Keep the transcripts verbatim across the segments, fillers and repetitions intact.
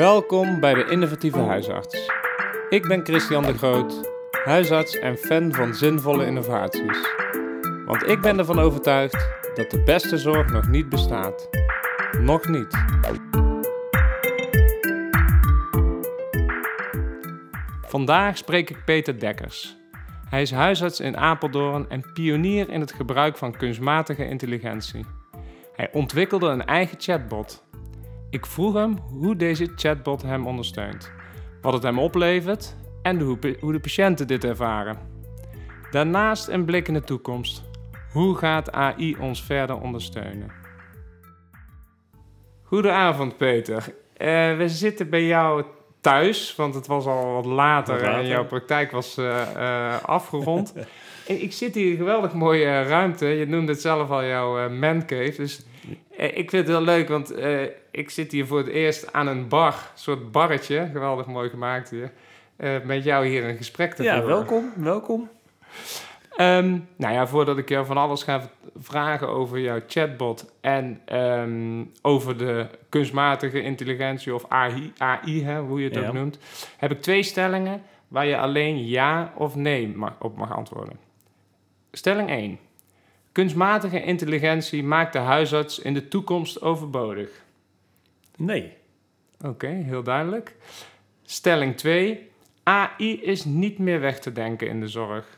Welkom bij de Innovatieve Huisarts. Ik ben Christian de Groot, huisarts en fan van zinvolle innovaties. Want ik ben ervan overtuigd dat de beste zorg nog niet bestaat. Nog niet. Vandaag spreek ik Peter Dekkers. Hij is huisarts in Apeldoorn en pionier in het gebruik van kunstmatige intelligentie. Hij ontwikkelde een eigen chatbot. Ik vroeg hem hoe deze chatbot hem ondersteunt, wat het hem oplevert en hoe, hoe de patiënten dit ervaren. Daarnaast een blik in de toekomst. Hoe gaat A I ons verder ondersteunen? Goedenavond Peter. Uh, we zitten bij jou thuis, want het was al wat later, wat later. En jouw praktijk was uh, uh, afgerond. En ik zit hier in een geweldig mooie uh, ruimte. Je noemde het zelf al jouw uh, mancave. Dus uh, ik vind het heel leuk, want uh, ik zit hier voor het eerst aan een bar. Een soort barretje, geweldig mooi gemaakt hier. Uh, met jou hier een gesprek te ja, voeren. Ja, welkom, welkom. Um, nou ja, voordat ik jou van alles ga vragen over jouw chatbot en um, over de kunstmatige intelligentie of A I, A I hè, hoe je het ja. ook noemt, heb ik twee stellingen waar je alleen ja of nee mag, op mag antwoorden. Stelling één. Kunstmatige intelligentie maakt de huisarts in de toekomst overbodig. Nee. Oké, okay, heel duidelijk. Stelling twee. A I is niet meer weg te denken in de zorg.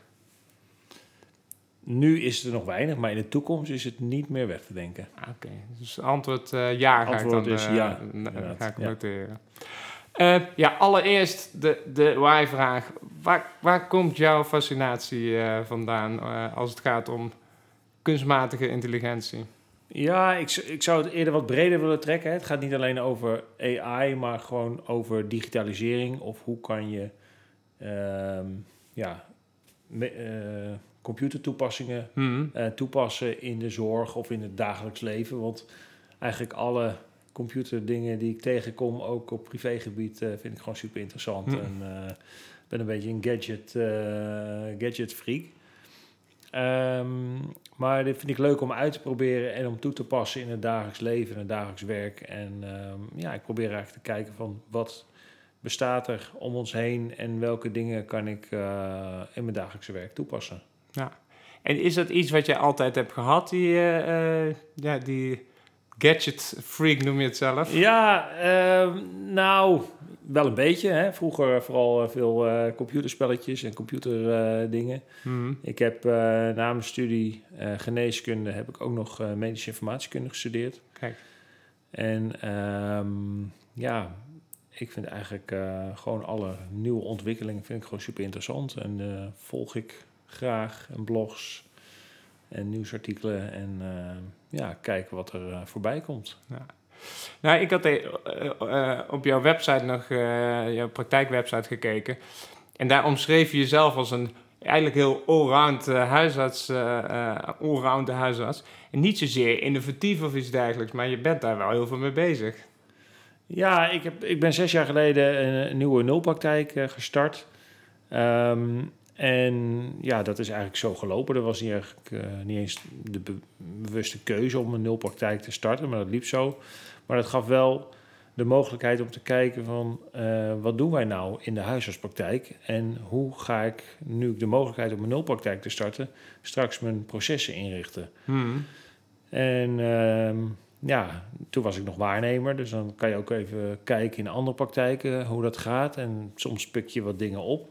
Nu is het er nog weinig, maar in de toekomst is het niet meer weg te denken. Oké, okay, dus antwoord uh, ja ga antwoord ik dan is ja, uh, ga ik noteren. Ja. Uh, ja, allereerst de, de why-vraag. Waar, waar komt jouw fascinatie uh, vandaan uh, als het gaat om kunstmatige intelligentie? Ja, ik, ik zou het eerder wat breder willen trekken. Het gaat niet alleen over A I, maar gewoon over digitalisering. Of hoe kan je uh, ja, me, uh, computertoepassingen mm-hmm. uh, toepassen in de zorg of in het dagelijks leven. Want eigenlijk alle computerdingen die ik tegenkom, ook op privégebied, uh, vind ik gewoon super interessant. Mm. En uh, ben een beetje een gadget, uh, gadget freak. Um, maar dit vind ik leuk om uit te proberen en om toe te passen in het dagelijks leven en het dagelijks werk. En um, ja, ik probeer eigenlijk te kijken van wat bestaat er om ons heen en welke dingen kan ik uh, in mijn dagelijkse werk toepassen. Ja. En is dat iets wat je altijd hebt gehad, die, uh, uh, ja, die gadget freak noem je het zelf? Ja, uh, nou, wel een beetje. Hè. Vroeger vooral veel uh, computerspelletjes en computerdingen. Uh, mm-hmm. Ik heb uh, na mijn studie uh, geneeskunde heb ik ook nog uh, medische informatiekunde gestudeerd. Kijk. En um, ja, ik vind eigenlijk uh, gewoon alle nieuwe ontwikkelingen vind ik gewoon super interessant. En uh, volg ik graag en blogs en nieuwsartikelen en uh, ja, kijken wat er uh, voorbij komt. Ja. Nou, ik had uh, uh, op jouw website nog, uh, jouw praktijkwebsite gekeken. En daar omschreef je jezelf als een eigenlijk heel allround uh, huisarts, uh, uh, allround huisarts. En niet zozeer innovatief of iets dergelijks, maar je bent daar wel heel veel mee bezig. Ja, ik, heb, ik ben zes jaar geleden een, een nieuwe nulpraktijk uh, gestart. Um, En ja, dat is eigenlijk zo gelopen. Dat was niet, eigenlijk, uh, niet eens de be- bewuste keuze om een nulpraktijk te starten, maar dat liep zo. Maar dat gaf wel de mogelijkheid om te kijken van uh, wat doen wij nou in de huisartspraktijk en hoe ga ik, nu ik de mogelijkheid om een nulpraktijk te starten, straks mijn processen inrichten. Hmm. En uh, ja, toen was ik nog waarnemer, dus dan kan je ook even kijken in andere praktijken hoe dat gaat en soms pik je wat dingen op.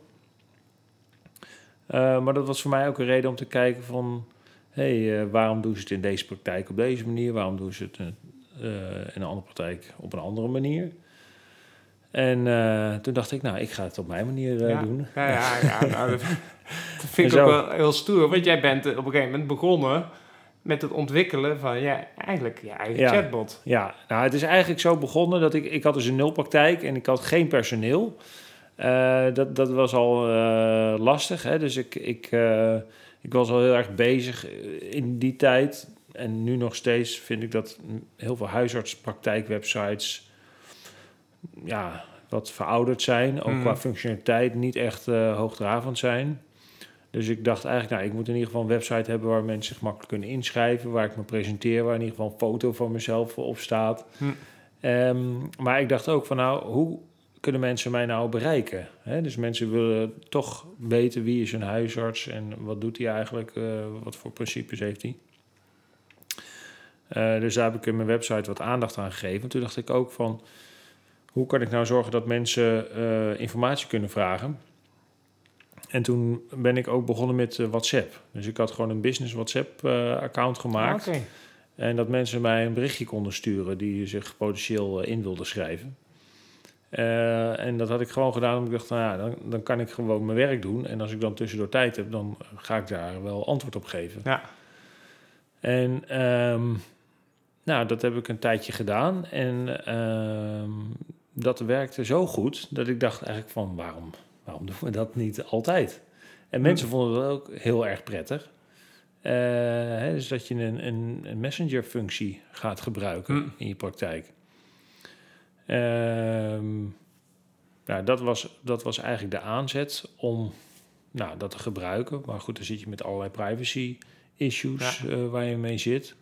Uh, maar dat was voor mij ook een reden om te kijken van, hé, hey, uh, waarom doen ze het in deze praktijk op deze manier? Waarom doen ze het uh, in een andere praktijk op een andere manier? En uh, toen dacht ik, nou, ik ga het op mijn manier uh, ja, doen. Ja, ja, ja nou, dat, dat vind ik ook wel heel stoer. Want jij bent op een gegeven moment begonnen met het ontwikkelen van, ja, eigenlijk je eigen ja, chatbot. Ja, nou, het is eigenlijk zo begonnen dat ik, ik had dus een nulpraktijk en ik had geen personeel. Uh, dat, dat was al uh, lastig, hè? Dus ik, ik, uh, ik was al heel erg bezig in die tijd. En nu nog steeds vind ik dat heel veel huisartspraktijkwebsites ja, wat verouderd zijn. Ook mm. qua functionaliteit niet echt uh, hoogdravend zijn. Dus ik dacht eigenlijk, nou, ik moet in ieder geval een website hebben waar mensen zich makkelijk kunnen inschrijven. Waar ik me presenteer, waar in ieder geval een foto van mezelf op staat. Mm. Um, maar ik dacht ook van nou, hoe kunnen mensen mij nou bereiken? Hè? Dus mensen willen toch weten wie is hun huisarts en wat doet hij eigenlijk, uh, wat voor principes heeft hij. Uh, dus daar heb ik in mijn website wat aandacht aan gegeven. Toen dacht ik ook van, hoe kan ik nou zorgen dat mensen uh, informatie kunnen vragen? En toen ben ik ook begonnen met uh, WhatsApp. Dus ik had gewoon een business WhatsApp-account uh, gemaakt. Okay. En dat mensen mij een berichtje konden sturen die zich potentieel uh, in wilden schrijven. Uh, en dat had ik gewoon gedaan omdat ik dacht, nou ja, dan, dan kan ik gewoon mijn werk doen. En als ik dan tussendoor tijd heb, dan ga ik daar wel antwoord op geven. Ja. En um, nou, dat heb ik een tijdje gedaan. En um, dat werkte zo goed dat ik dacht eigenlijk van, waarom, waarom doen we dat niet altijd? En mensen hmm. vonden dat ook heel erg prettig. Uh, hè, dus dat je een, een, een messenger-functie gaat gebruiken hmm. in je praktijk. Um, nou, dat was, dat was eigenlijk de aanzet om nou, dat te gebruiken. Maar goed, dan zit je met allerlei privacy-issues ja. uh, waar je mee zit.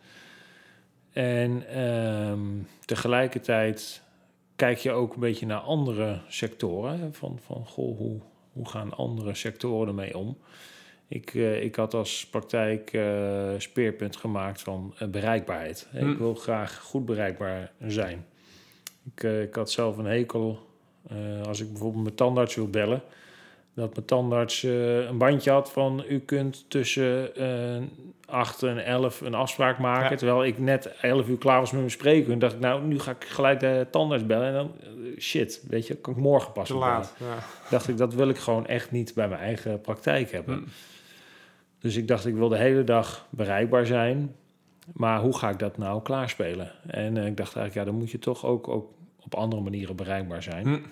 En um, tegelijkertijd kijk je ook een beetje naar andere sectoren. Hè, van, van, goh, hoe, hoe gaan andere sectoren ermee om? Ik, uh, ik had als praktijk uh, speerpunt gemaakt van uh, bereikbaarheid. Hm. Ik wil graag goed bereikbaar zijn. Ik, uh, ik had zelf een hekel, uh, als ik bijvoorbeeld mijn tandarts wil bellen, dat mijn tandarts uh, een bandje had van u kunt tussen uh, acht en elf een afspraak maken. Ja. Terwijl ik net elf uur klaar was met mijn spreken. En dacht ik, nou, nu ga ik gelijk de tandarts bellen. En dan, uh, shit, weet je, kan ik morgen pas te laat. Ja. Dacht ik, dat wil ik gewoon echt niet bij mijn eigen praktijk hebben. Hm. Dus ik dacht, ik wil de hele dag bereikbaar zijn. Maar hoe ga ik dat nou klaarspelen? En uh, ik dacht eigenlijk, ja, dan moet je toch ook, ook op andere manieren bereikbaar zijn. Hm.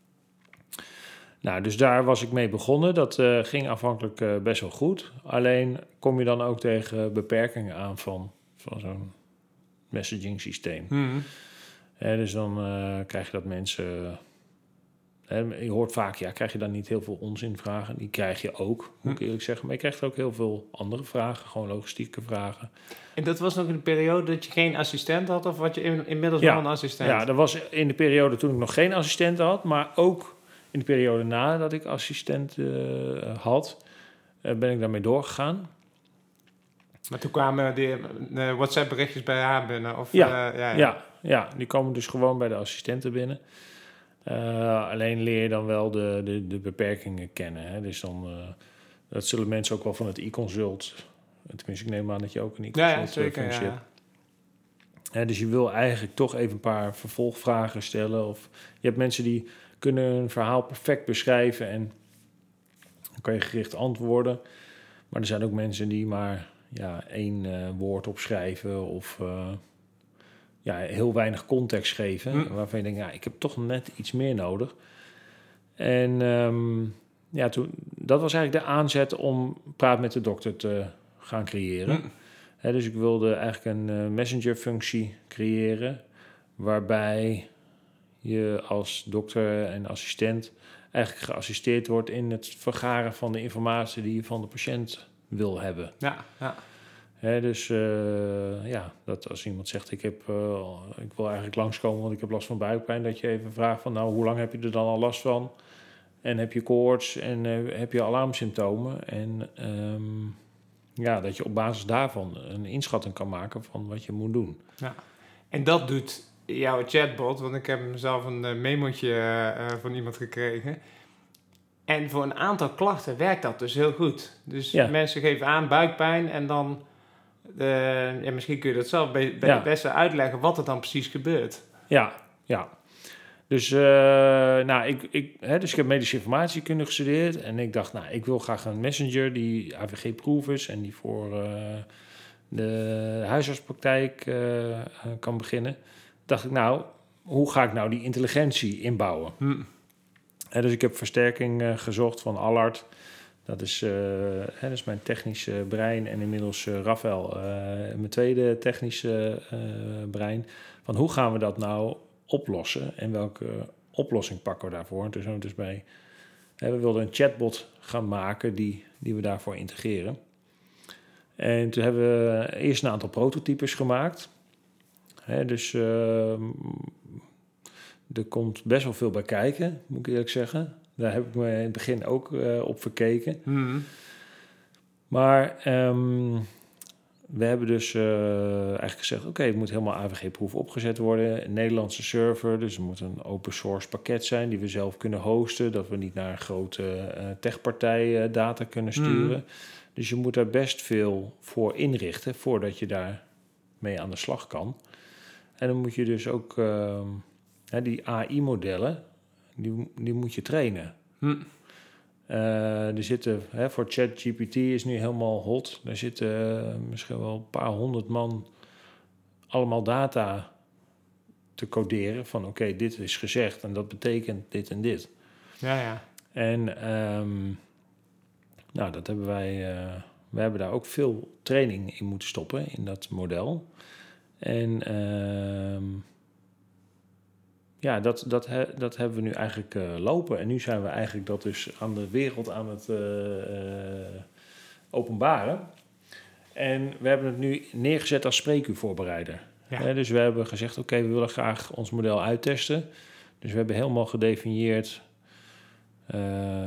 Nou, dus daar was ik mee begonnen. Dat uh, ging aanvankelijk uh, best wel goed. Alleen kom je dan ook tegen beperkingen aan van, van zo'n messaging systeem. Hm. Uh, dus dan uh, krijg je dat mensen... Uh, je hoort vaak, ja, krijg je dan niet heel veel onzinvragen? Die krijg je ook, moet ik eerlijk zeggen. Maar je krijgt ook heel veel andere vragen, gewoon logistieke vragen. En dat was nog in de periode dat je geen assistent had? Of had je in, inmiddels ja, wel een assistent? Ja, dat was in de periode toen ik nog geen assistent had. Maar ook in de periode nadat ik assistent uh, had, uh, ben ik daarmee doorgegaan. Maar toen kwamen de, de WhatsApp-berichtjes bij haar binnen? Of, ja, uh, ja, ja. ja, ja, die komen dus gewoon bij de assistenten binnen. Uh, alleen leer je dan wel de, de, de beperkingen kennen. Hè? Dus dan, uh, dat zullen mensen ook wel van het e-consult. Tenminste, ik neem aan dat je ook een e-consult ja, ja, zeker, functie ja. hebt. Uh, dus je wil eigenlijk toch even een paar vervolgvragen stellen. Of je hebt mensen die kunnen een verhaal perfect beschrijven en dan kan je gericht antwoorden. Maar er zijn ook mensen die maar ja, één uh, woord opschrijven of... Uh, ja, heel weinig context geven. Mm. Waarvan je denkt, ja, ik heb toch net iets meer nodig. En um, ja, toen, dat was eigenlijk de aanzet om Praat met de Dokter te gaan creëren. Mm. He, dus ik wilde eigenlijk een uh, messenger-functie creëren, waarbij je als dokter en assistent eigenlijk geassisteerd wordt in het vergaren van de informatie die je van de patiënt wil hebben. Ja, ja. He, dus uh, ja, dat als iemand zegt, ik, heb, uh, ik wil eigenlijk langskomen, want ik heb last van buikpijn, dat je even vraagt van, nou, hoe lang heb je er dan al last van? En heb je koorts en uh, heb je alarmsymptomen? En um, ja, dat je op basis daarvan een inschatting kan maken van wat je moet doen. Ja. En dat doet jouw chatbot, want ik heb zelf een uh, memootje uh, van iemand gekregen. En voor een aantal klachten werkt dat dus heel goed. Dus ja. Mensen geven aan buikpijn en dan... Uh, ja, misschien kun je dat zelf be- be- ja. best uitleggen wat er dan precies gebeurt. Ja, ja. Dus, uh, nou, ik, ik, hè, dus ik heb medische informatiekunde gestudeerd. En ik dacht, nou, ik wil graag een messenger die A V G-proof is en die voor uh, de huisartspraktijk uh, kan beginnen. Dacht ik, nou, hoe ga ik nou die intelligentie inbouwen? Hm. En dus ik heb versterking uh, gezocht van Allard. Dat is, uh, hè, dat is mijn technische brein en inmiddels uh, Rafael, uh, mijn tweede technische uh, brein. Van hoe gaan we dat nou oplossen en welke oplossing pakken we daarvoor? En toen zijn we dus bij, hè, we wilden een chatbot gaan maken die, die we daarvoor integreren. En toen hebben we eerst een aantal prototypes gemaakt. Hè, dus uh, er komt best wel veel bij kijken, moet ik eerlijk zeggen. Daar heb ik me in het begin ook uh, op verkeken. Mm. Maar um, we hebben dus uh, eigenlijk gezegd... oké, okay, het moet helemaal A V G-proof opgezet worden. Een Nederlandse server, dus het moet een open source pakket zijn... die we zelf kunnen hosten. Dat we niet naar een grote uh, techpartij uh, data kunnen sturen. Mm. Dus je moet daar best veel voor inrichten... voordat je daar mee aan de slag kan. En dan moet je dus ook... Uh, hè, die A I-modellen, die, die moet je trainen. Mm. Uh, er zitten, hè, voor ChatGPT is nu helemaal hot. Er zitten uh, misschien wel een paar honderd man allemaal data te coderen. Van oké, okay, dit is gezegd en dat betekent dit en dit. Ja, ja. En um, nou, dat hebben wij... Uh, we hebben daar ook veel training in moeten stoppen, in dat model. En... Uh, Ja, dat, dat, he, dat hebben we nu eigenlijk uh, lopen. En nu zijn we eigenlijk dat dus aan de wereld aan het uh, uh, openbaren. En we hebben het nu neergezet als spreekuurvoorbereider. Ja. He, dus we hebben gezegd, oké, okay, we willen graag ons model uittesten. Dus we hebben helemaal gedefinieerd uh,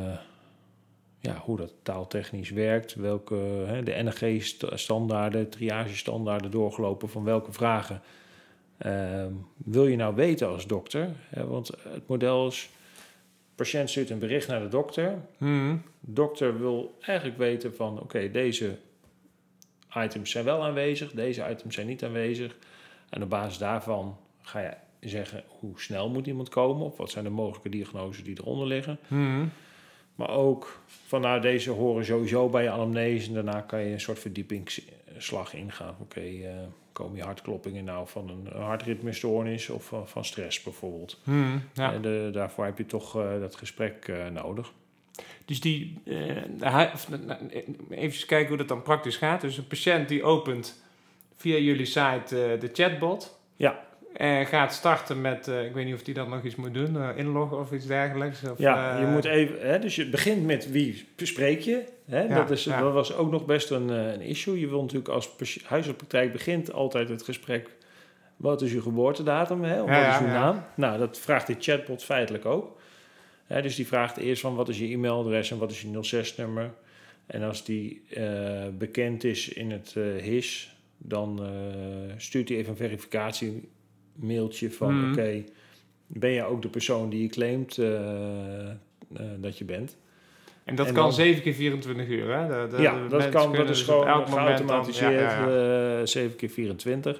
ja, hoe dat taaltechnisch werkt. Welke, he, de N R G-standaarden, triage-standaarden doorgelopen van welke vragen... Uh, wil je nou weten als dokter? Hè, want het model is... patiënt stuurt een bericht naar de dokter. Mm. De dokter wil eigenlijk weten van... oké, okay, deze items zijn wel aanwezig... deze items zijn niet aanwezig. En op basis daarvan ga je zeggen... hoe snel moet iemand komen... of wat zijn de mogelijke diagnoses die eronder liggen. Mm. Maar ook van nou, deze horen sowieso bij je anamnese... en daarna kan je een soort verdiepingsslag ingaan. Oké... Okay, uh, komen je hartkloppingen nou van een hartritmestoornis of van, van stress bijvoorbeeld. Hmm, ja. En de, daarvoor heb je toch uh, dat gesprek uh, nodig. Dus die, uh, even kijken hoe dat dan praktisch gaat. Dus een patiënt die opent via jullie site uh, de chatbot. Ja. En gaat starten met, uh, ik weet niet of die dan nog iets moet doen, uh, inloggen of iets dergelijks. Of, ja, uh, je moet even, hè, dus je begint met wie spreek je. Hè? Ja, dat, is, ja. dat was ook nog best een, een issue. Je wil natuurlijk als huisartspraktijk begint altijd het gesprek, wat is uw geboortedatum, hè? Of ja, wat is uw ja, naam? Ja. Nou, dat vraagt die chatbot feitelijk ook. Hè, dus die vraagt eerst van wat is je e-mailadres en wat is je nul zes nummer. En als die uh, bekend is in het uh, H I S, dan uh, stuurt hij even een verificatie mailtje van mm. oké, okay, ben je ook de persoon die je claimt uh, uh, dat je bent. En dat en kan dan, zeven keer vierentwintig uur, hè? De, de, ja, de dat kan. Dat is dus gewoon elk geautomatiseerd ja, ja, ja. uh, zeven keer vierentwintig.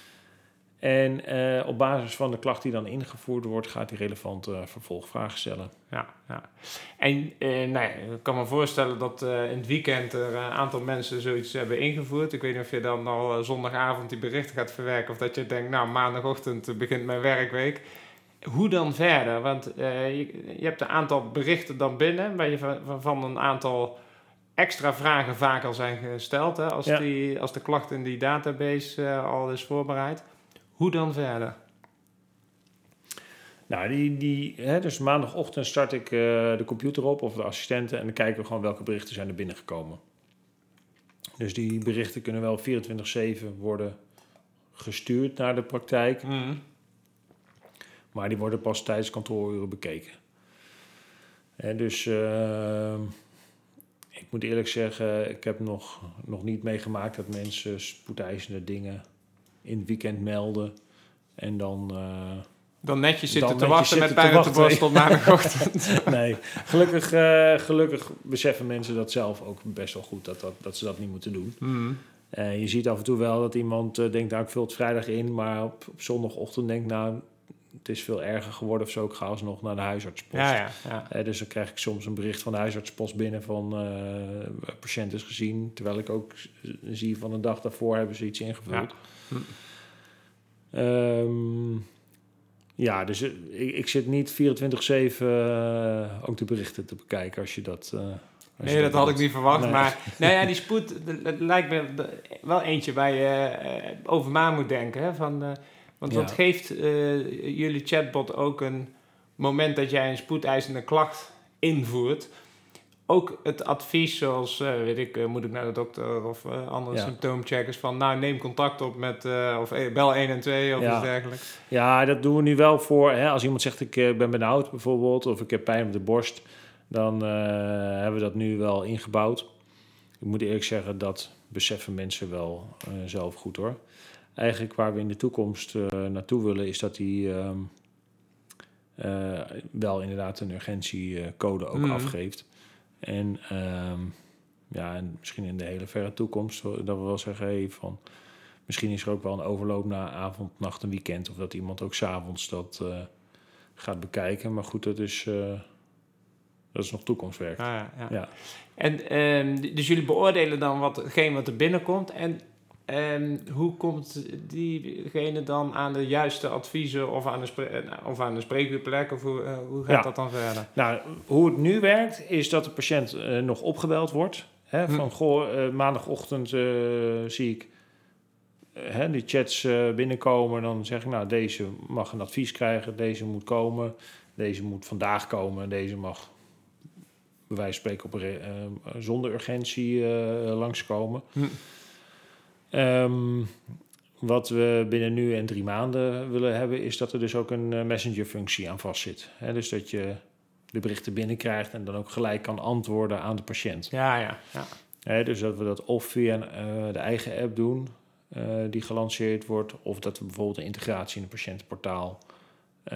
En uh, op basis van de klacht die dan ingevoerd wordt, gaat hij relevante uh, vervolgvragen stellen. Ja, ja. En uh, nou ja, ik kan me voorstellen dat uh, in het weekend er een aantal mensen zoiets hebben ingevoerd. Ik weet niet of je dan al uh, zondagavond die berichten gaat verwerken of dat je denkt, nou maandagochtend begint mijn werkweek. Hoe dan verder? Want uh, je, je hebt een aantal berichten dan binnen, waar je van, van een aantal extra vragen vaak al zijn gesteld, hè, als, ja. die, als de klacht in die database uh, al is voorbereid. Hoe dan verder? Nou, die, die, hè, dus maandagochtend start ik uh, de computer op of de assistenten en dan kijken we gewoon welke berichten zijn er binnengekomen. Dus die berichten kunnen wel vierentwintig zeven worden gestuurd naar de praktijk. Mm. Maar die worden pas tijdens kantooruren bekeken. En dus uh, ik moet eerlijk zeggen, ik heb nog, nog niet meegemaakt dat mensen spoedeisende dingen in het weekend melden. En dan... Uh, dan netjes zitten dan te netjes wachten zitten met pijn op de borst tot maandagochtend. Nee, gelukkig, uh, gelukkig beseffen mensen dat zelf ook best wel goed, dat, dat, dat ze dat niet moeten doen. Mm. Uh, je ziet af en toe wel dat iemand uh, denkt, nou ik vul het vrijdag in, maar op, op zondagochtend denkt, nou... het is veel erger geworden of zo. Ik ga alsnog naar de huisartspost. Ja, ja, ja. Eh, dus dan krijg ik soms een bericht van de huisartspost binnen van uh, patiënt is gezien. Terwijl ik ook zie van een dag daarvoor hebben ze iets ingevuld. Ja, hm. um, ja dus ik, ik zit niet vierentwintig zeven uh, ook de berichten te bekijken als je dat... Uh, als nee, je dat, dat had ik niet verwacht. Nee. Maar nou ja, die spoed, het lijkt me wel eentje waar je uh, over na moet denken. Hè, van... Uh, Want wat ja. geeft uh, jullie chatbot ook een moment dat jij een spoedeisende klacht invoert, ook het advies zoals, uh, weet ik, uh, moet ik naar de dokter of uh, andere ja. symptoomcheckers van, nou neem contact op met, uh, of uh, bel één en twee of ja. iets dergelijks. Ja, dat doen we nu wel voor, hè, als iemand zegt ik uh, ben benauwd bijvoorbeeld, of ik heb pijn op de borst, dan uh, hebben we dat nu wel ingebouwd. Ik moet eerlijk zeggen, dat beseffen mensen wel uh, zelf goed hoor. Eigenlijk waar we in de toekomst uh, naartoe willen, is dat die uh, uh, wel inderdaad een urgentiecode ook mm. afgeeft. En, um, ja, en misschien in de hele verre toekomst, dat we wel zeggen, hey, van, misschien is er ook wel een overloop naar avond, nacht en weekend. Of dat iemand ook 's avonds dat uh, gaat bekijken. Maar goed, dat is, uh, dat is nog toekomstwerk. Ah, ja, ja. Ja. En um, dus jullie beoordelen dan watgene wat er binnenkomt. En um, hoe komt diegene dan aan de juiste adviezen of aan de, spre- of aan de spreekuurplek? Of hoe, uh, hoe gaat ja. dat dan verder? Nou, hoe het nu werkt is dat de patiënt uh, nog opgebeld wordt. Hè, van, hm. goh, uh, maandagochtend uh, zie ik uh, hè, die chats uh, binnenkomen. Dan zeg ik, nou, deze mag een advies krijgen. Deze moet komen. Deze moet vandaag komen. Deze mag bij wijze van spreken op een, uh, zonder urgentie uh, langskomen. Hm. Um, wat we binnen nu en drie maanden willen hebben, is dat er dus ook een uh, messenger-functie aan vastzit. Hè, dus dat je de berichten binnenkrijgt en dan ook gelijk kan antwoorden aan de patiënt. Ja, ja, ja. Hè, dus dat we dat of via uh, de eigen app doen, uh, die gelanceerd wordt, of dat we bijvoorbeeld een integratie in het patiëntenportaal uh,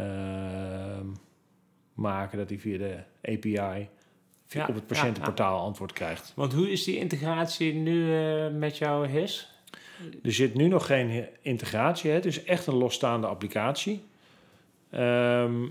maken, dat die via de A P I via ja, op het patiëntenportaal ja, ja. antwoord krijgt. Want hoe is die integratie nu uh, met jouw H I S? Er zit nu nog geen integratie. Hè? Het is echt een losstaande applicatie. Um,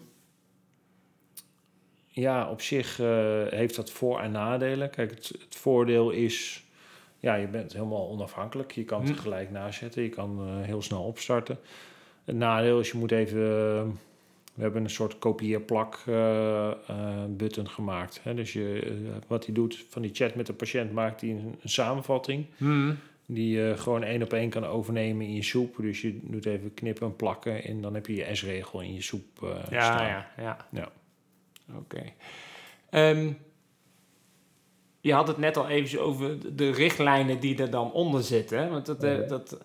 ja, op zich uh, heeft dat voor- en nadelen. Kijk, het, het voordeel is, ja, je bent helemaal onafhankelijk. Je kan het hm. gelijk nazetten. Je kan uh, heel snel opstarten. Het nadeel is, je moet even... Uh, we hebben een soort kopieerplak uh, uh, button gemaakt. Hè? Dus je, uh, wat hij doet van die chat met de patiënt, maakt hij een, een samenvatting. Hm. Die je uh, gewoon één op één kan overnemen in je soep. Dus je doet even knippen en plakken. En dan heb je je S-regel in je soep uh, ja, staan. Ja, ja, ja. Oké. Okay. Um, je had het net al even over de richtlijnen die er dan onder zitten. Want dat... Uh, dat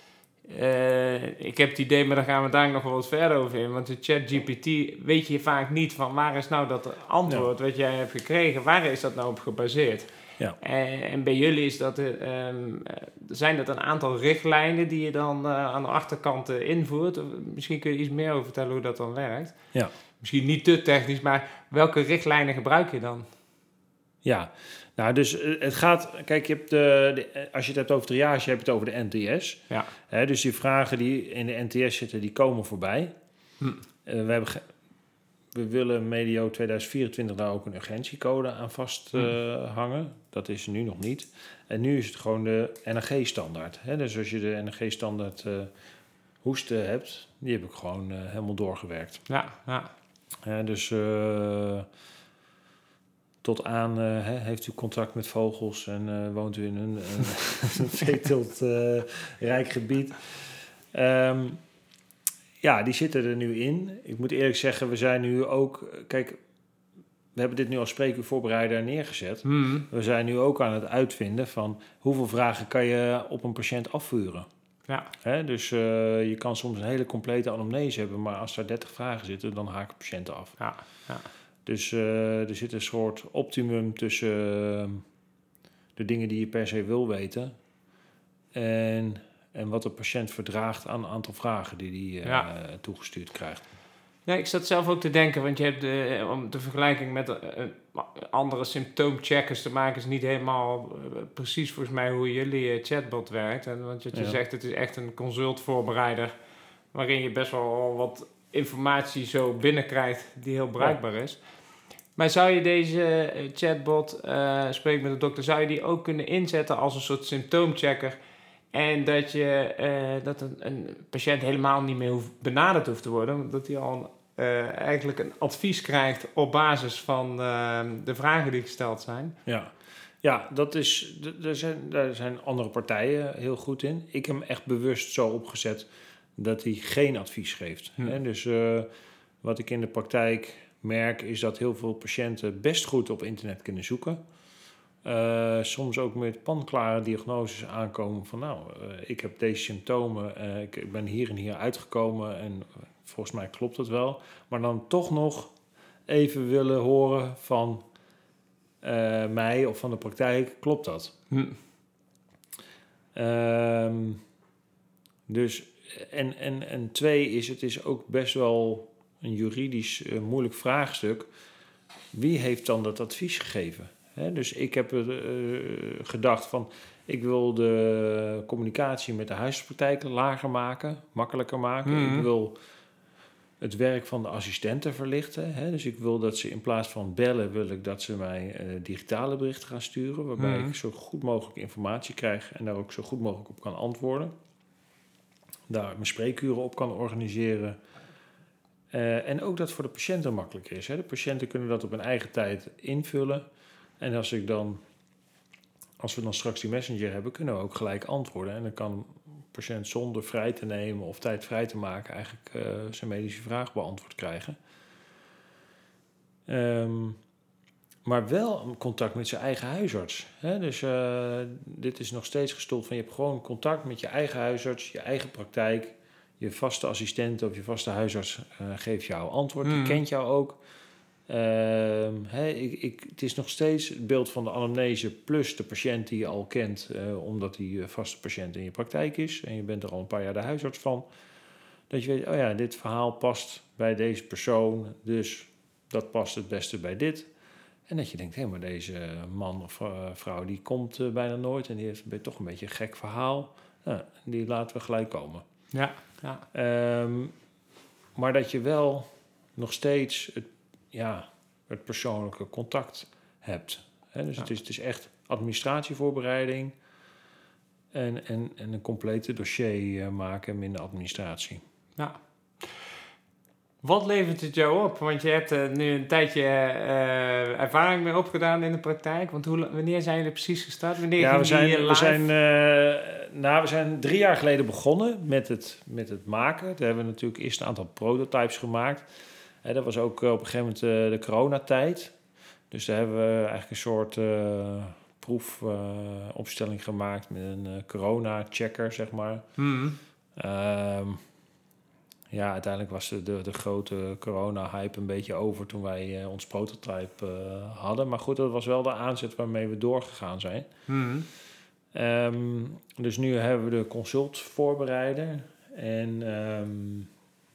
Uh, ik heb het idee, maar daar gaan we daar nog wel wat verder over in. Want de ChatGPT weet je vaak niet van waar is nou dat antwoord ja. wat jij hebt gekregen, waar is dat nou op gebaseerd? Ja. En, en bij jullie is dat, uh, um, zijn dat een aantal richtlijnen die je dan uh, aan de achterkant uh, invoert. Misschien kun je iets meer over vertellen hoe dat dan werkt. Ja. Misschien niet te technisch, maar welke richtlijnen gebruik je dan? Ja, nou dus het gaat, kijk, je hebt de, de, als je het hebt over triage, heb je het over de N T S. Ja. Hè, dus die vragen die in de N T S zitten, die komen voorbij. Hm. Uh, we, hebben ge, we willen medio tweeduizend vierentwintig daar ook een urgentiecode aan vasthangen. Uh, hm. hangen. Dat is er nu nog niet. En nu is het gewoon de N R G-standaard. Hè? Dus als je de N R G-standaard uh, hoesten hebt, die heb ik gewoon uh, helemaal doorgewerkt. Ja, ja. Uh, dus... Uh, Tot aan uh, he, heeft u contact met vogels en uh, woont u in een, een veeteelt uh, rijk gebied. Um, ja, die zitten er nu in. Ik moet eerlijk zeggen, we zijn nu ook... Kijk, we hebben dit nu als spreekuurvoorbereider neergezet. Mm. We zijn nu ook aan het uitvinden van hoeveel vragen kan je op een patiënt afvuren. Ja. He, dus uh, je kan soms een hele complete anamnese hebben, maar als daar dertig vragen zitten, dan haken patiënten af. Ja, ja. Dus uh, er zit een soort optimum tussen uh, de dingen die je per se wil weten en, en wat de patiënt verdraagt aan een aantal vragen die hij uh, ja. toegestuurd krijgt. Ja, ik zat zelf ook te denken, want je hebt de, om de vergelijking met uh, andere symptoomcheckers te maken, is niet helemaal uh, precies volgens mij hoe jullie uh, chatbot werkt. En, want wat je ja. zegt, het is echt een consultvoorbereider waarin je best wel wat informatie zo binnenkrijgt die heel bruikbaar is. Maar zou je deze chatbot, uh, spreek met de dokter, zou je die ook kunnen inzetten als een soort symptoomchecker en dat je uh, dat een, een patiënt helemaal niet meer hoeft, benaderd hoeft te worden, dat hij al uh, eigenlijk een advies krijgt op basis van uh, de vragen die gesteld zijn? Ja, ja, dat is, er zijn, daar zijn andere partijen heel goed in. Ik heb hem echt bewust zo opgezet dat hij geen advies geeft. Hm. Hè? Dus uh, wat ik in de praktijk merk is dat heel veel patiënten best goed op internet kunnen zoeken. Uh, soms ook met panklare diagnoses aankomen van nou, uh, ik heb deze symptomen, uh, ik, ik ben hier en hier uitgekomen en uh, volgens mij klopt het wel. Maar dan toch nog even willen horen van uh, mij of van de praktijk, klopt dat? Hm. Um, dus, en, en, en twee is, het is ook best wel een juridisch uh, moeilijk vraagstuk. Wie heeft dan dat advies gegeven? He, dus ik heb uh, gedacht van, ik wil de communicatie met de huisartspraktijk lager maken, makkelijker maken. Mm-hmm. Ik wil het werk van de assistenten verlichten. He, dus ik wil dat ze in plaats van bellen, wil ik dat ze mij uh, digitale berichten gaan sturen, waarbij mm-hmm. ik zo goed mogelijk informatie krijg en daar ook zo goed mogelijk op kan antwoorden. Daar mijn spreekuren op kan organiseren. Uh, en ook dat voor de patiënten makkelijker is. Hè. De patiënten kunnen dat op hun eigen tijd invullen. En als ik dan, als we dan straks die messenger hebben, kunnen we ook gelijk antwoorden. En dan kan een patiënt zonder vrij te nemen of tijd vrij te maken eigenlijk uh, zijn medische vraag beantwoord krijgen. Um, maar wel contact met zijn eigen huisarts. Hè? Dus uh, dit is nog steeds gestoeld van je hebt gewoon contact met je eigen huisarts, je eigen praktijk. Je vaste assistent of je vaste huisarts uh, geeft jou antwoord. Mm. Die kent jou ook. Uh, hey, ik, ik, het is nog steeds het beeld van de anamnese plus de patiënt die je al kent, uh, omdat die uh, vaste patiënt in je praktijk is en je bent er al een paar jaar de huisarts van. Dat je weet, oh ja, dit verhaal past bij deze persoon, dus dat past het beste bij dit. En dat je denkt, hé, maar deze man of uh, vrouw die komt uh, bijna nooit en die heeft toch een beetje een gek verhaal. Nou, die laten we gelijk komen. Ja, ja. Um, maar dat je wel nog steeds het, ja, het persoonlijke contact hebt. He, dus ja. het, is, het is echt administratievoorbereiding en, en, en een complete dossier uh, maken minder administratie. Ja. Wat levert het jou op? Want je hebt uh, nu een tijdje uh, ervaring mee opgedaan in de praktijk. Want hoe, wanneer zijn jullie precies gestart? Wanneer ja, we zijn, live? We zijn, uh, nou, we zijn drie jaar geleden begonnen met het, met het maken. Toen hebben we natuurlijk eerst een aantal prototypes gemaakt. Uh, dat was ook uh, op een gegeven moment uh, de coronatijd. Dus daar hebben we eigenlijk een soort uh, proefopstelling uh, gemaakt met een uh, corona-checker, zeg maar. Mm-hmm. Um, Ja, uiteindelijk was de, de, de grote corona-hype een beetje over toen wij uh, ons prototype uh, hadden. Maar goed, dat was wel de aanzet waarmee we doorgegaan zijn. Mm-hmm. Um, dus nu hebben we de consult voorbereiden. En um,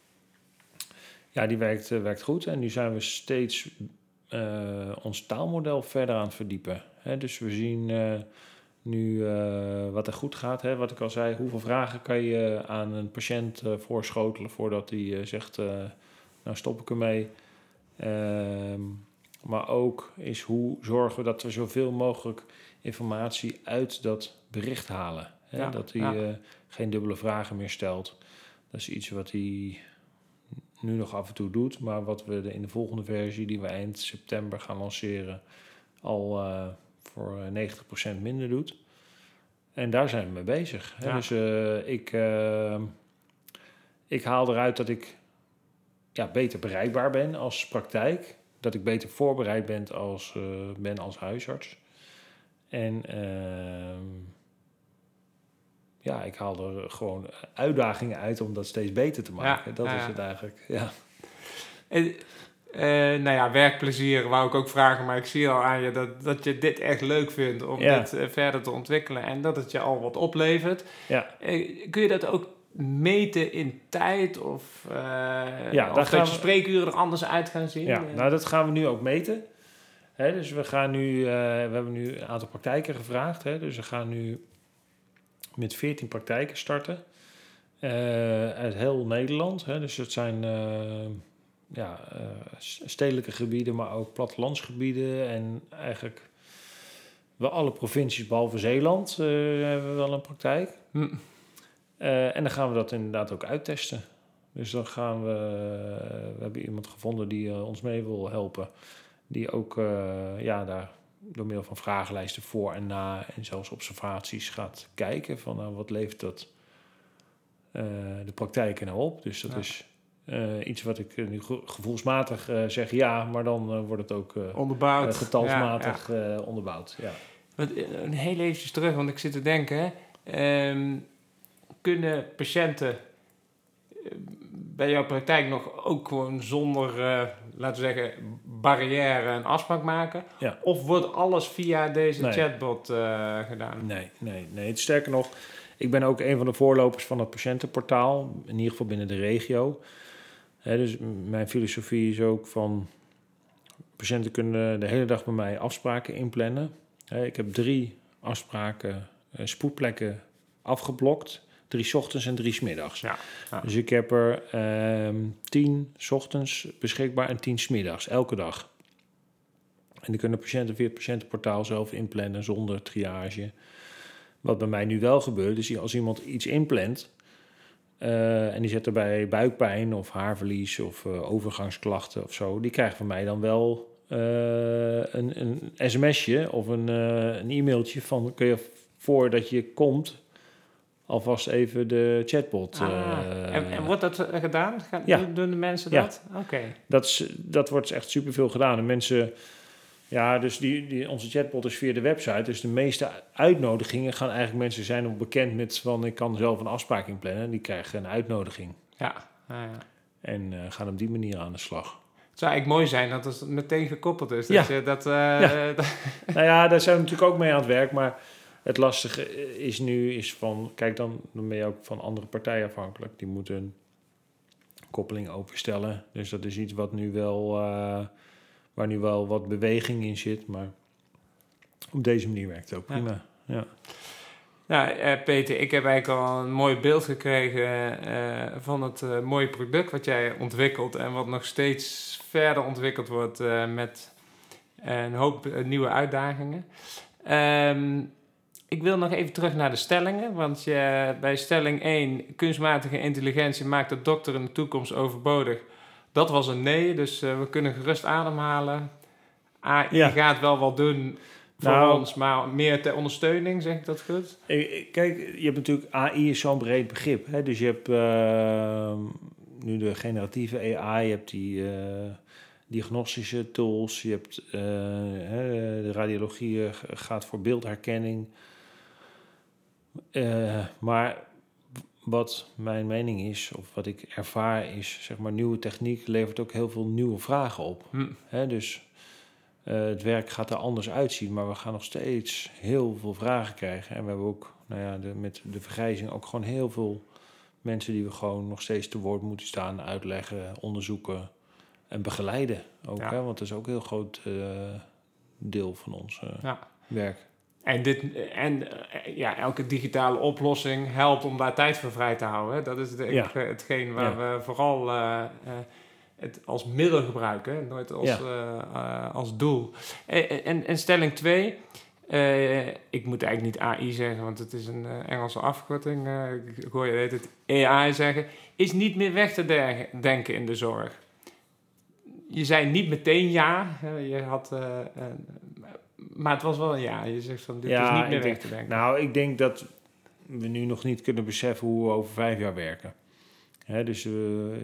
ja, die werkt, uh, werkt goed. En nu zijn we steeds uh, ons taalmodel verder aan het verdiepen. Hè, dus we zien uh, nu uh, wat er goed gaat. Hè, wat ik al zei, hoeveel vragen kan je aan een patiënt uh, voorschotelen voordat hij uh, zegt, uh, nou stop ik ermee. Uh, maar ook is hoe zorgen we dat we zoveel mogelijk informatie uit dat bericht halen. Hè, ja, dat hij ja. uh, geen dubbele vragen meer stelt. Dat is iets wat hij nu nog af en toe doet, maar wat we de, in de volgende versie die we eind september gaan lanceren al uh, voor negentig procent minder doet. En daar zijn we mee bezig. Ja. Hè? Dus uh, ik, uh, ik haal eruit dat ik ja, beter bereikbaar ben als praktijk. Dat ik beter voorbereid ben als, uh, ben als huisarts. En uh, ja, ik haal er gewoon uitdagingen uit om dat steeds beter te maken. Ja, dat ja, is het eigenlijk, ja. En, uh, nou ja, werkplezier wou ik ook vragen, maar ik zie al aan je dat, dat je dit echt leuk vindt om ja. dit uh, verder te ontwikkelen en dat het je al wat oplevert. Ja. Uh, kun je dat ook meten in tijd of, uh, ja, of dat je spreekuren er anders uit gaan zien? Ja, nou dat gaan we nu ook meten. Hè, dus we gaan nu, uh, we hebben nu een aantal praktijken gevraagd. Hè, dus we gaan nu met veertien praktijken starten. Uh, uit heel Nederland. Hè, dus het zijn uh, ja, uh, stedelijke gebieden, maar ook plattelandsgebieden. En eigenlijk wel alle provincies behalve Zeeland uh, hebben we wel een praktijk. Hm. Uh, en dan gaan we dat inderdaad ook uittesten. Dus dan gaan we... Uh, we hebben iemand gevonden die uh, ons mee wil helpen. Die ook uh, ja, daar door middel van vragenlijsten voor en na en zelfs observaties gaat kijken van uh, wat levert dat uh, de praktijk er nou op. Dus dat ja. is uh, iets wat ik uh, nu ge- gevoelsmatig uh, zeg ja, maar dan uh, wordt het ook uh, onderbouwd. Uh, getalsmatig ja, ja. Uh, onderbouwd. Ja. Want, uh, heel eventjes terug, want ik zit te denken, um, kunnen patiënten uh, bij jouw praktijk nog ook gewoon zonder, uh, laten we zeggen, barrière een afspraak maken? Ja. Of wordt alles via deze nee. chatbot uh, gedaan? Nee, nee, nee. Het sterker nog, ik ben ook een van de voorlopers van het patiëntenportaal, in ieder geval binnen de regio. He, dus mijn filosofie is ook van, patiënten kunnen de hele dag bij mij afspraken inplannen. He, ik heb drie afspraken, uh, spoedplekken afgeblokt. Drie 's ochtends en drie 's middags. Ja, ja. Dus ik heb er um, tien 's ochtends beschikbaar en tien 's middags, elke dag. En die kunnen patiënten via het patiëntenportaal zelf inplannen zonder triage. Wat bij mij nu wel gebeurt, is als iemand iets inplant uh, en die zet erbij buikpijn of haarverlies of uh, overgangsklachten of zo, die krijgt van mij dan wel uh, een, een sms'je of een, uh, een e-mailtje van kun je voordat je komt alvast even de chatbot. Ah, uh, en, en wordt dat gedaan? Gaan, ja. Doen de mensen dat? Ja. Oké. Okay. Dat, dat wordt echt superveel gedaan. En mensen, ja, dus die, die, onze chatbot is via de website. Dus de meeste uitnodigingen gaan eigenlijk mensen zijn nog bekend met van ik kan zelf een afspraak inplannen. Die krijgen een uitnodiging. Ja. Ah, ja. En uh, gaan op die manier aan de slag. Het zou eigenlijk mooi zijn dat het meteen gekoppeld is. Ja. Dat je dat, uh, ja. Nou ja, daar zijn we natuurlijk ook mee aan het werk, maar het lastige is nu, is van, kijk dan, dan ben je ook van andere partijen afhankelijk. Die moeten een koppeling openstellen. Dus dat is iets wat nu wel, uh, waar nu wel wat beweging in zit. Maar op deze manier werkt het ook prima. Ja. Ja. Nou, uh, Peter, ik heb eigenlijk al een mooi beeld gekregen uh, van het uh, mooie product wat jij ontwikkelt en wat nog steeds verder ontwikkeld wordt uh, met uh, een hoop uh, nieuwe uitdagingen. Um, Ik wil nog even terug naar de stellingen, want je, bij stelling één, kunstmatige intelligentie maakt de dokter in de toekomst overbodig. Dat was een nee, dus uh, we kunnen gerust ademhalen. A I ja. gaat wel wat doen voor nou, ons, maar meer ter ondersteuning, zeg ik dat goed? Kijk, je hebt natuurlijk, A I is zo'n breed begrip. Hè? Dus je hebt uh, nu de generatieve A I, je hebt die uh, diagnostische tools, je hebt uh, de radiologie gaat voor beeldherkenning. Uh, maar wat mijn mening is, of wat ik ervaar is, zeg maar, nieuwe techniek levert ook heel veel nieuwe vragen op. Hm. Hè, dus uh, het werk gaat er anders uitzien, maar we gaan nog steeds heel veel vragen krijgen. En we hebben ook, nou ja, de, met de vergrijzing ook gewoon heel veel mensen die we gewoon nog steeds te woord moeten staan, uitleggen, onderzoeken en begeleiden ook. Ja. Hè, want dat is ook een heel groot uh, deel van ons uh, ja. werk. En, dit, en ja, elke digitale oplossing helpt om daar tijd voor vrij te houden. Dat is de, ja. hetgeen waar ja. we vooral uh, uh, het als middel gebruiken, nooit als, ja. uh, uh, als doel. En, en, en stelling twee, uh, ik moet eigenlijk niet A I zeggen, want het is een uh, Engelse afkorting. Uh, ik hoor je het A I zeggen, is niet meer weg te de- denken in de zorg. Je zei niet meteen ja, je had... Uh, uh, Maar het was wel een ja. Je zegt van dit ja, is niet meer weg te denken. Nou, ik denk dat we nu nog niet kunnen beseffen hoe we over vijf jaar werken. Hè, dus uh,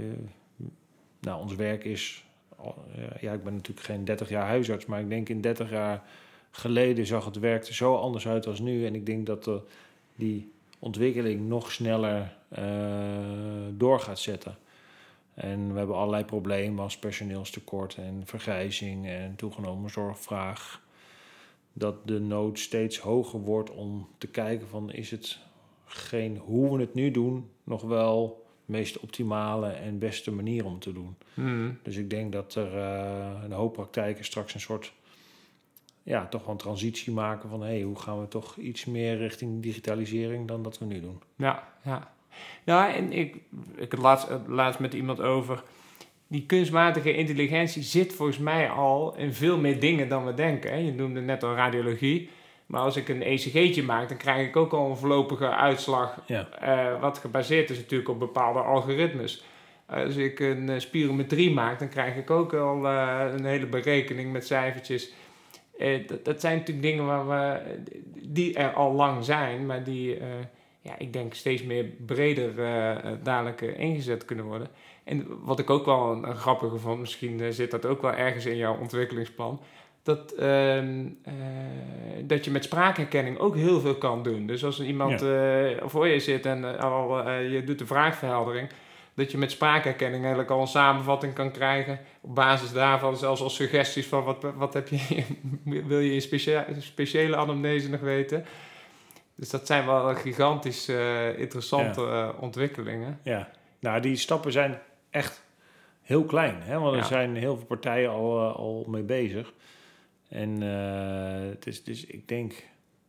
nou, ons werk is... Ja, ik ben natuurlijk geen dertig jaar huisarts, maar ik denk in dertig jaar geleden zag het werk er zo anders uit als nu. En ik denk dat uh, die ontwikkeling nog sneller uh, door gaat zetten. En we hebben allerlei problemen als personeelstekort en vergrijzing en toegenomen zorgvraag. Dat de nood steeds hoger wordt om te kijken van is het geen hoe we het nu doen nog wel de meest optimale en beste manier om te doen. Mm. Dus ik denk dat er uh, een hoop praktijken straks een soort ja, toch wel een transitie maken van hé, hey, hoe gaan we toch iets meer richting digitalisering dan dat we nu doen. Ja, ja. Ja, en ik, ik had laatst, laatst met iemand over. Die kunstmatige intelligentie zit volgens mij al in veel meer dingen dan we denken. Hè. Je noemde net al radiologie. Maar als ik een E C G'tje maak, dan krijg ik ook al een voorlopige uitslag. Ja. Uh, wat gebaseerd is natuurlijk op bepaalde algoritmes. Als ik een uh, spirometrie maak, dan krijg ik ook al uh, een hele berekening met cijfertjes. Uh, dat, dat zijn natuurlijk dingen waar we, die er al lang zijn, maar die uh, ja, ik denk steeds meer breder uh, dadelijk uh, ingezet kunnen worden. En wat ik ook wel een, een grappige vond, misschien uh, zit dat ook wel ergens in jouw ontwikkelingsplan, dat, uh, uh, dat je met spraakherkenning ook heel veel kan doen. Dus als er iemand ja. uh, voor je zit en uh, al, uh, je doet de vraagverheldering, dat je met spraakherkenning eigenlijk al een samenvatting kan krijgen. Op basis daarvan zelfs als suggesties van wat, wat heb je, wil je in specia- speciale anamnese nog weten. Dus dat zijn wel gigantisch uh, interessante ja. uh, ontwikkelingen. Ja, nou die stappen zijn echt heel klein. Hè? Want er ja. zijn heel veel partijen al, uh, al mee bezig. En uh, het is, dus ik denk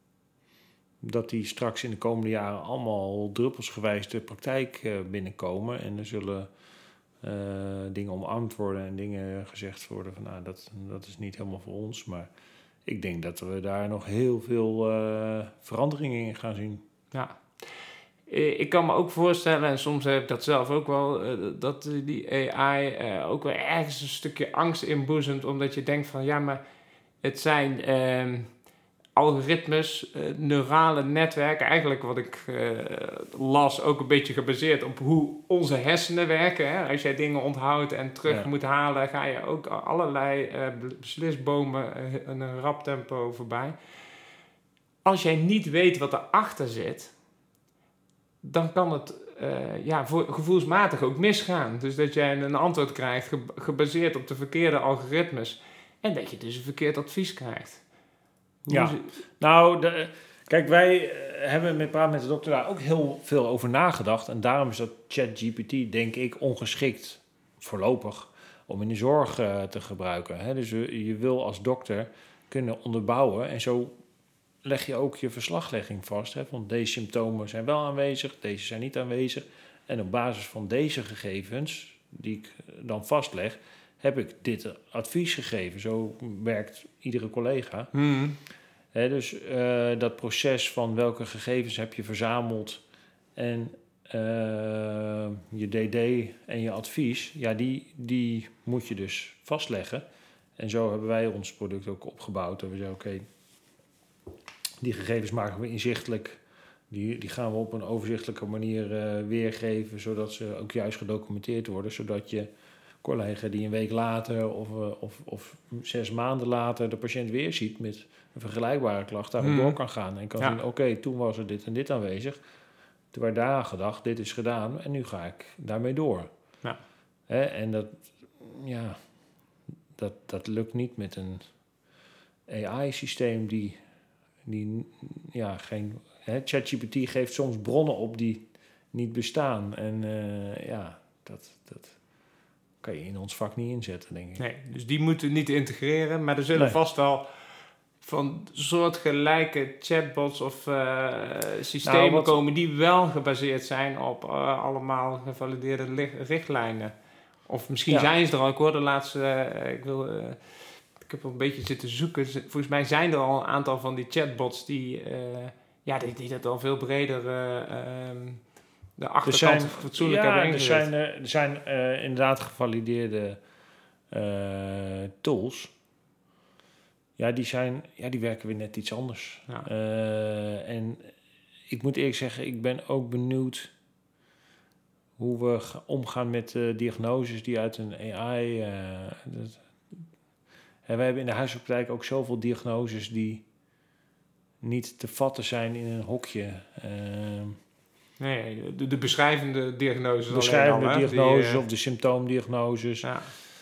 dat die straks in de komende jaren allemaal druppelsgewijs de praktijk uh, binnenkomen. En er zullen uh, dingen omarmd worden en dingen gezegd worden van nou, dat, dat is niet helemaal voor ons. Maar ik denk dat we daar nog heel veel uh, veranderingen in gaan zien. Ja, ik kan me ook voorstellen, en soms heb ik dat zelf ook wel, uh, dat die A I uh, ook wel ergens een stukje angst inboezemt, omdat je denkt van ja, maar het zijn uh, algoritmes, uh, neurale netwerken, eigenlijk wat ik uh, las, ook een beetje gebaseerd op hoe onze hersenen werken. Hè? Als jij dingen onthoudt en terug ja. moet halen, ga je ook allerlei uh, beslisbomen uh, in een rap tempo voorbij. Als jij niet weet wat erachter zit, dan kan het uh, ja, voor, gevoelsmatig ook misgaan. Dus dat jij een antwoord krijgt ge- gebaseerd op de verkeerde algoritmes. En dat je dus een verkeerd advies krijgt. Hoe ja, ze... nou, de, kijk, wij uh, hebben met Praat met de Dokter daar ook heel veel over nagedacht. En daarom is dat ChatGPT, denk ik, ongeschikt voorlopig om in de zorg uh, te gebruiken. Hè? Dus uh, je wil als dokter kunnen onderbouwen en zo leg je ook je verslaglegging vast. Hè? Want deze symptomen zijn wel aanwezig, deze zijn niet aanwezig. En op basis van deze gegevens, die ik dan vastleg, heb ik dit advies gegeven. Zo werkt iedere collega. Hmm. Hè, dus uh, dat proces van welke gegevens heb je verzameld en uh, je D D en je advies, ja, die, die moet je dus vastleggen. En zo hebben wij ons product ook opgebouwd. Dat we zeggen, oké, okay, die gegevens maken we inzichtelijk. Die, die gaan we op een overzichtelijke manier uh, weergeven, zodat ze ook juist gedocumenteerd worden. Zodat je collega die een week later of, uh, of, of zes maanden later de patiënt weer ziet met een vergelijkbare klacht, daarop hmm. door kan gaan. En kan ja. zien, oké, okay, toen was er dit en dit aanwezig. Toen werd daar gedacht, dit is gedaan en nu ga ik daarmee door. Ja. Hè? En dat, ja, dat, dat lukt niet met een A I-systeem die... Die, ja, geen, hè, ChatGPT geeft soms bronnen op die niet bestaan. En uh, ja, dat, dat kan je in ons vak niet inzetten, denk ik. Nee, dus die moeten we niet integreren. Maar er zullen nee. vast wel van soortgelijke chatbots of uh, systemen nou, wat... komen die wel gebaseerd zijn op uh, allemaal gevalideerde li- richtlijnen. Of misschien ja. zijn ze er al. Ik hoorde laatst, uh, ik wil... Uh, Ik heb een beetje zitten zoeken. Volgens mij zijn er al een aantal van die chatbots die, uh, ja, die, die dat al veel breder uh, um, de achterkant zijn, fatsoenlijk ja, hebben ingezet. Er zijn, uh, er zijn uh, inderdaad gevalideerde uh, tools. Ja, die zijn, ja, die werken weer net iets anders. Ja. Uh, en ik moet eerlijk zeggen, ik ben ook benieuwd hoe we omgaan met uh, diagnoses die uit een A I... Uh, dat, En wij hebben in de huisartspraktijk ook zoveel diagnoses die niet te vatten zijn in een hokje. Uh, nee, de, de beschrijvende diagnoses. De beschrijvende al, diagnoses die, uh, of de symptoomdiagnoses. Ja.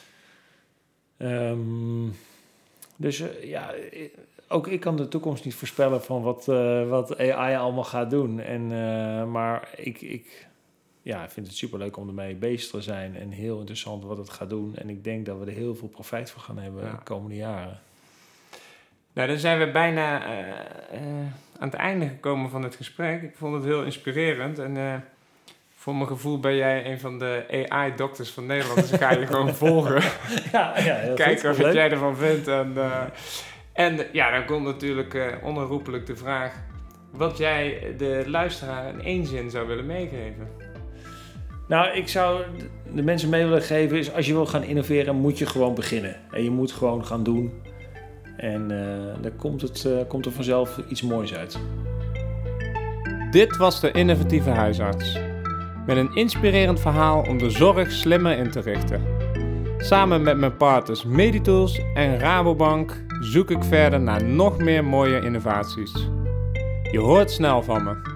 Um, dus uh, ja, ook ik kan de toekomst niet voorspellen van wat, uh, wat A I allemaal gaat doen. En, uh, maar ik... ik Ja, ik vind het superleuk om ermee bezig te zijn en heel interessant wat het gaat doen. En ik denk dat we er heel veel profijt van gaan hebben ja. de komende jaren. Nou, dan zijn we bijna uh, uh, aan het einde gekomen van het gesprek. Ik vond het heel inspirerend. En uh, voor mijn gevoel ben jij een van de A I-dokters van Nederland. Dus ik ga je gewoon volgen. Ja, ja, heel kijken goed, wat leuk. Jij ervan vindt. En, uh, en uh, ja, dan komt natuurlijk uh, onherroepelijk de vraag... wat jij de luisteraar in één zin zou willen meegeven. Nou, ik zou de mensen mee willen geven is als je wil gaan innoveren, moet je gewoon beginnen. En je moet gewoon gaan doen. En uh, dan komt, het, uh, komt er vanzelf iets moois uit. Dit was de innovatieve huisarts. Met een inspirerend verhaal om de zorg slimmer in te richten. Samen met mijn partners Meditools en Rabobank zoek ik verder naar nog meer mooie innovaties. Je hoort snel van me.